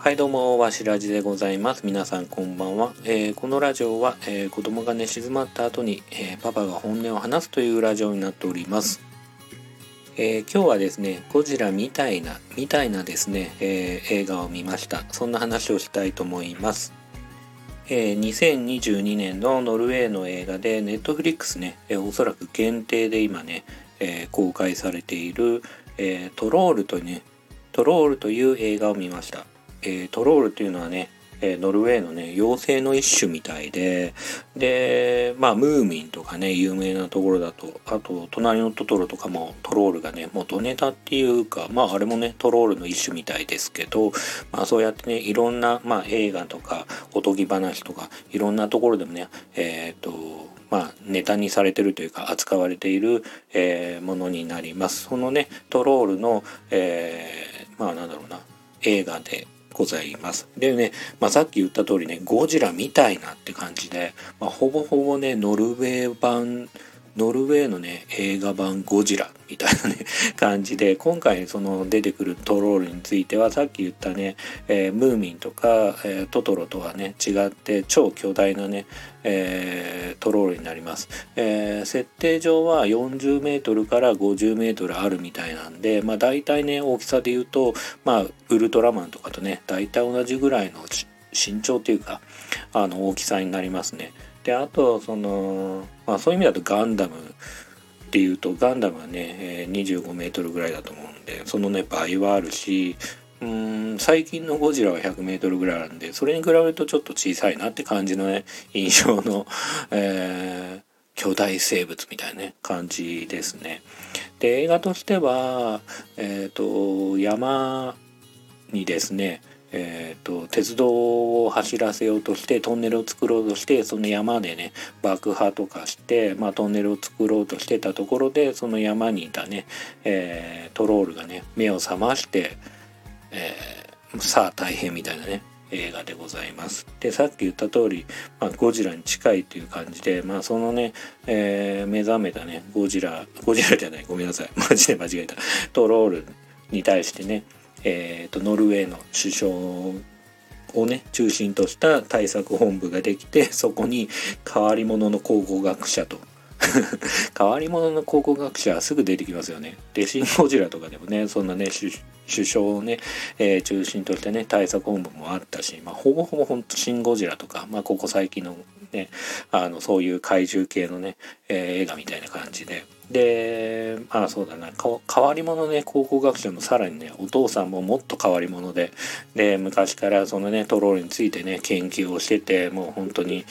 はいどうも、わしらじでございます。皆さんこんばんは。このラジオは、子供が寝静まった後に、パパが本音を話すというラジオになっております。今日はですね、ゴジラみたいなですね、映画を見ました。そんな話をしたいと思います。2022年のノルウェーの映画で、ネットフリックスね、おそらく限定で今ね、公開されている、トロールという映画を見ました。トロールというのはね、ノルウェーのね妖精の一種みたいで、ムーミンとかね有名なところだと、あと隣のトトロとかもトロールがね元ネタっていうか、あれもねトロールの一種みたいですけど、そうやってねいろんな、映画とかおとぎ話とかいろんなところでもねネタにされてるというか扱われている、ものになります。そのねトロールの、映画でございます。でね、さっき言った通りねゴジラみたいなって感じで、ほぼほぼねノルウェーのね映画版ゴジラみたいなね感じで、今回その出てくるトロールについてはさっき言ったね、ムーミンとか、トトロとはね違って超巨大なね、トロールになります。設定上は40メートルから50メートルあるみたいなんで、大体ね大きさで言うとウルトラマンとかとね大体同じぐらいの身長というか大きさになりますね。であとそういう意味だとガンダムっていうとガンダムはね、25メートルぐらいだと思うんで、そのね倍はあるし、最近のゴジラは100メートルぐらいあるんで、それに比べるとちょっと小さいなって感じのね印象の、巨大生物みたいなね感じですね。で映画としては山にですね鉄道を走らせようとしてトンネルを作ろうとして、その山でね爆破とかして、トンネルを作ろうとしてたところで、その山にいたね、トロールがね目を覚まして、さあ大変みたいなね映画でございます。でさっき言った通り、ゴジラに近いという感じで、そのね、目覚めたねゴジラじゃない、ごめんなさい、マジで間違えた、トロールに対してねノルウェーの首相をね中心とした対策本部ができて、そこに変わり者の考古学者と変わり者の考古学者はすぐ出てきますよね。でシン・ゴジラとかでもねそんなね首相をね、中心としてね対策本部もあったし、ほぼほぼほんとシン・ゴジラとか、ここ最近のねそういう怪獣系のね、映画みたいな感じで、そうだな、変わり者ね考古学者のさらにねお父さんももっと変わり者で、昔からそのねトロールについてね研究をしてて、もう本当に、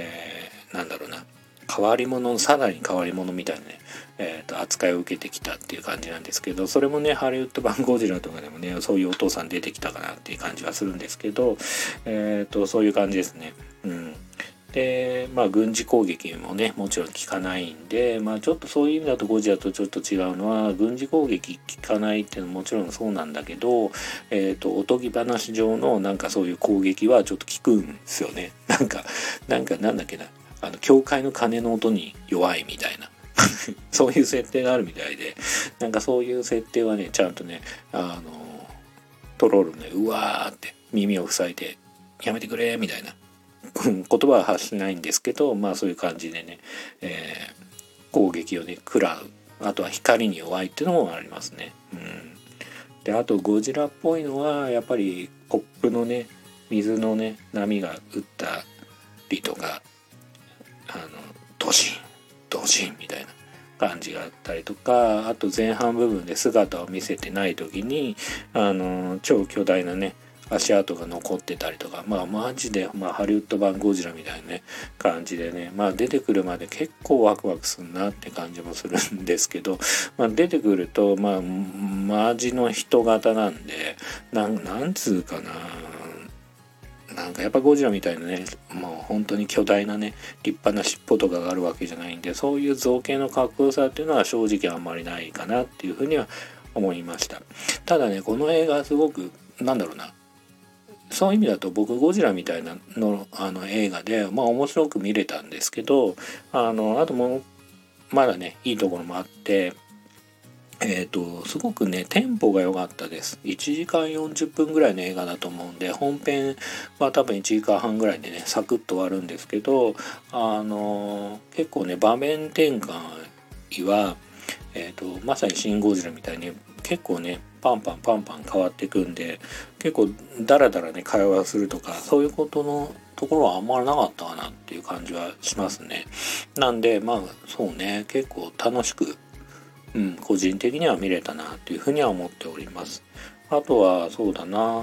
変わり者のさらに変わり者みたいなね、扱いを受けてきたっていう感じなんですけど、それもねハリウッド版ゴジラとかでもねそういうお父さん出てきたかなっていう感じはするんですけど、そういう感じですね。で軍事攻撃もねもちろん効かないんで、ちょっとそういう意味だとゴジラとちょっと違うのは、軍事攻撃効かないっていうのはもちろんそうなんだけど、おとぎ話上のそういう攻撃はちょっと効くんですよね。なんだっけな、教会の鐘の音に弱いみたいなそういう設定があるみたいで、そういう設定はねちゃんとねトロールねうわーって耳を塞いでやめてくれみたいな言葉は発しないんですけど、そういう感じでね、攻撃をね食らう、あとは光に弱いっていうのもありますね。であとゴジラっぽいのはやっぱりコップのね水のね波が打ったりとか、ドシンドシンみたいな感じがあったりとか、あと前半部分で姿を見せてない時に超巨大なね足跡が残ってたりとか、マジでハリウッド版ゴジラみたいなね感じでね、出てくるまで結構ワクワクするなって感じもするんですけど、出てくるとマジの人型なんで、なんつうかな、やっぱゴジラみたいなねもう本当に巨大なね立派な尻尾とかがあるわけじゃないんで、そういう造形のかっこよさっていうのは正直あんまりないかなっていうふうには思いました。ただねこの映画すごくそういう意味だと僕ゴジラみたいなの映画で面白く見れたんですけど、あともまだねいいところもあって、 すごくねテンポが良かったです。1時間40分ぐらいの映画だと思うんで、本編は多分1時間半ぐらいでねサクッと終わるんですけど、結構ね場面転換は、まさにシン・ゴジラみたいに結構ねパンパン変わっていくんで、結構ダラダラね会話するとかそういうことのところはあんまりなかったかなっていう感じはしますね。なんでまあそうね結構楽しく個人的には見れたなというふうには思っております。あとはそうだな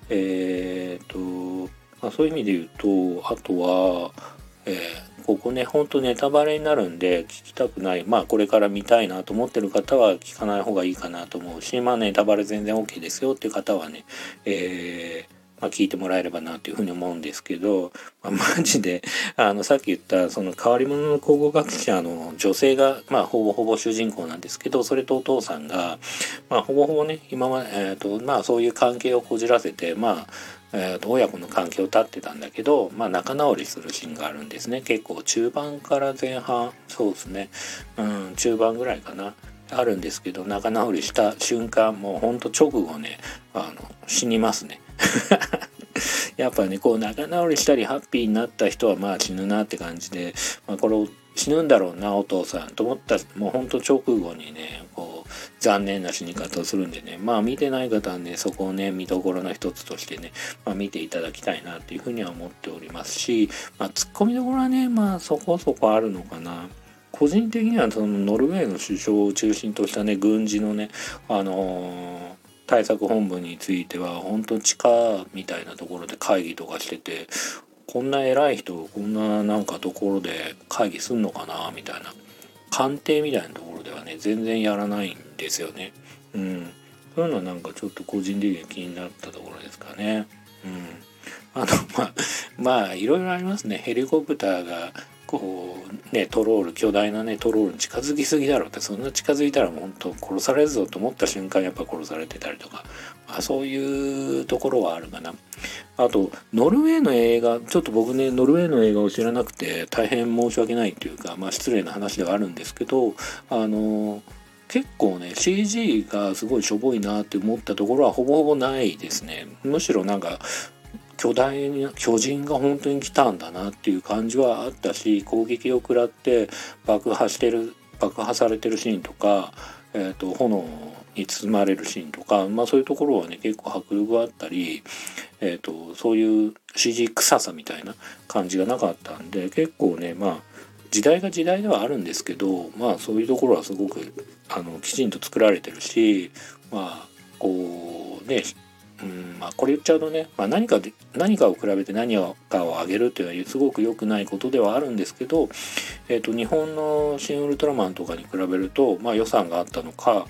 そういう意味で言うと、あとは、ここねほんとネタバレになるんで聞きたくない、これから見たいなと思ってる方は聞かない方がいいかなと思うし、ネタバレ全然 OK ですよっていう方はね、聞いてもらえればなというふうに思うんですけど、マジでさっき言ったその変わり者の考古学者の女性がほぼほぼ主人公なんですけど、それとお父さんがほぼほぼね今まで、そういう関係をこじらせて親子の関係を断ってたんだけど、仲直りするシーンがあるんですね。結構中盤から前半、そうですね、中盤ぐらいかなあるんですけど、仲直りした瞬間もうほんと直後ね死にますね。やっぱねこう仲直りしたりハッピーになった人は死ぬなって感じで、これを死ぬんだろうなお父さんと思ったもうほんと直後にねこう残念な死に方をするんでね、見てない方はねそこをね見どころの一つとしてね、見ていただきたいなっていうふうには思っておりますし、ツッコミどころはねそこそこあるのかな。個人的にはそのノルウェーの首相を中心としたね軍事のね対策本部については本当地下みたいなところで会議とかしてて、こんな偉い人こんななんかところで会議すんのかなみたいな、官邸みたいなところではね全然やらないんですよね。そういうのはなんかちょっと個人的に気になったところですかね。あといろいろありますね。ヘリコプターがこうねトロール巨大なねトロールに近づきすぎだろうって、そんな近づいたらもう本当殺されるぞと思った瞬間やっぱ殺されてたりとか、そういうところはあるかな。あとノルウェーの映画、ちょっと僕ねノルウェーの映画を知らなくて大変申し訳ないというか、失礼な話ではあるんですけど、結構ね CG がすごいしょぼいなって思ったところはほぼほぼないですね。むしろなんか巨大な巨人が本当に来たんだなっていう感じはあったし、攻撃を食らって爆破されてるシーンとか、炎に包まれるシーンとか、そういうところはね結構迫力があったり、そういう CG 臭さみたいな感じがなかったんで、結構ね時代が時代ではあるんですけど、そういうところはすごくきちんと作られてるし、こうねこれ言っちゃうとね、何かを比べて何かを上げるというのはすごく良くないことではあるんですけど、日本の「シン・ウルトラマン」とかに比べると、予算があったのか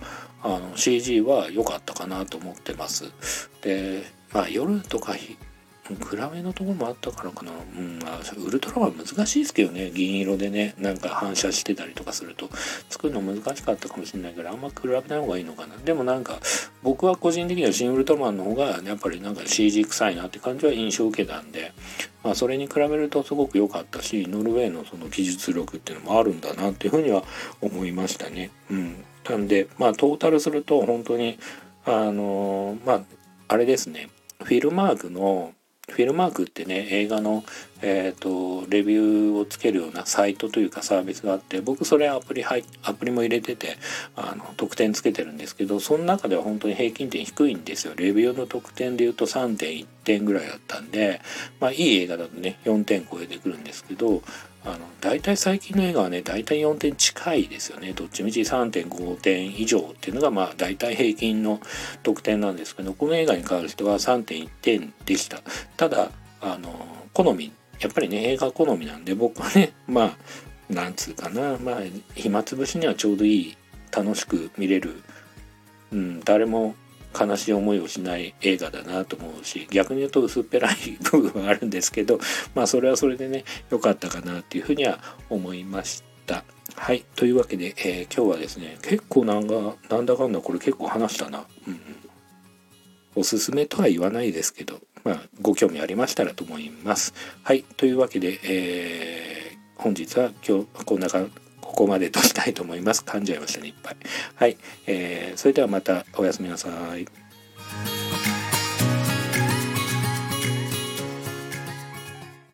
CG は良かったかなと思ってます。で、夜とか暗めのところもあったからかな。ウルトラマン難しいですけどね、銀色でねなんか反射してたりとかすると作るの難しかったかもしれないから、あんま比べない方がいいのかな。でもなんか僕は個人的にはシン・ウルトラマンの方がやっぱりなんか CG 臭いなって感じは印象を受けたんで、それに比べるとすごく良かったし、ノルウェーのその技術力っていうのもあるんだなっていうふうには思いましたね。なんでトータルすると本当にあれですね、フィルマークってね映画の、レビューをつけるようなサイトというかサービスがあって、僕それアプリも入れてて得点つけてるんですけど、その中では本当に平均点低いんですよ。レビューの得点でいうと 3.1 点ぐらいだったんで、いい映画だとね4点超えてくるんですけど、だいたい最近の映画はねだいたい4点近いですよね。どっちみち 3.5 点以上っていうのがだいたい平均の得点なんですけど、この映画に関しては 3.1 点でした。ただ好みやっぱりね映画好みなんで、僕はねなんつうかな暇つぶしにはちょうどいい、楽しく見れる、誰も悲しい思いをしない映画だなと思うし、逆に言うと薄っぺらい部分はあるんですけど、それはそれでね良かったかなっていうふうには思いました。はい、というわけで、今日はですね結構なんだかんだこれ結構話したな。おすすめとは言わないですけど、ご興味ありましたらと思います。はい、というわけで、本日はこここまでとしたいと思います。噛んじゃいましたねいっぱい。はい、それではまたおやすみなさい。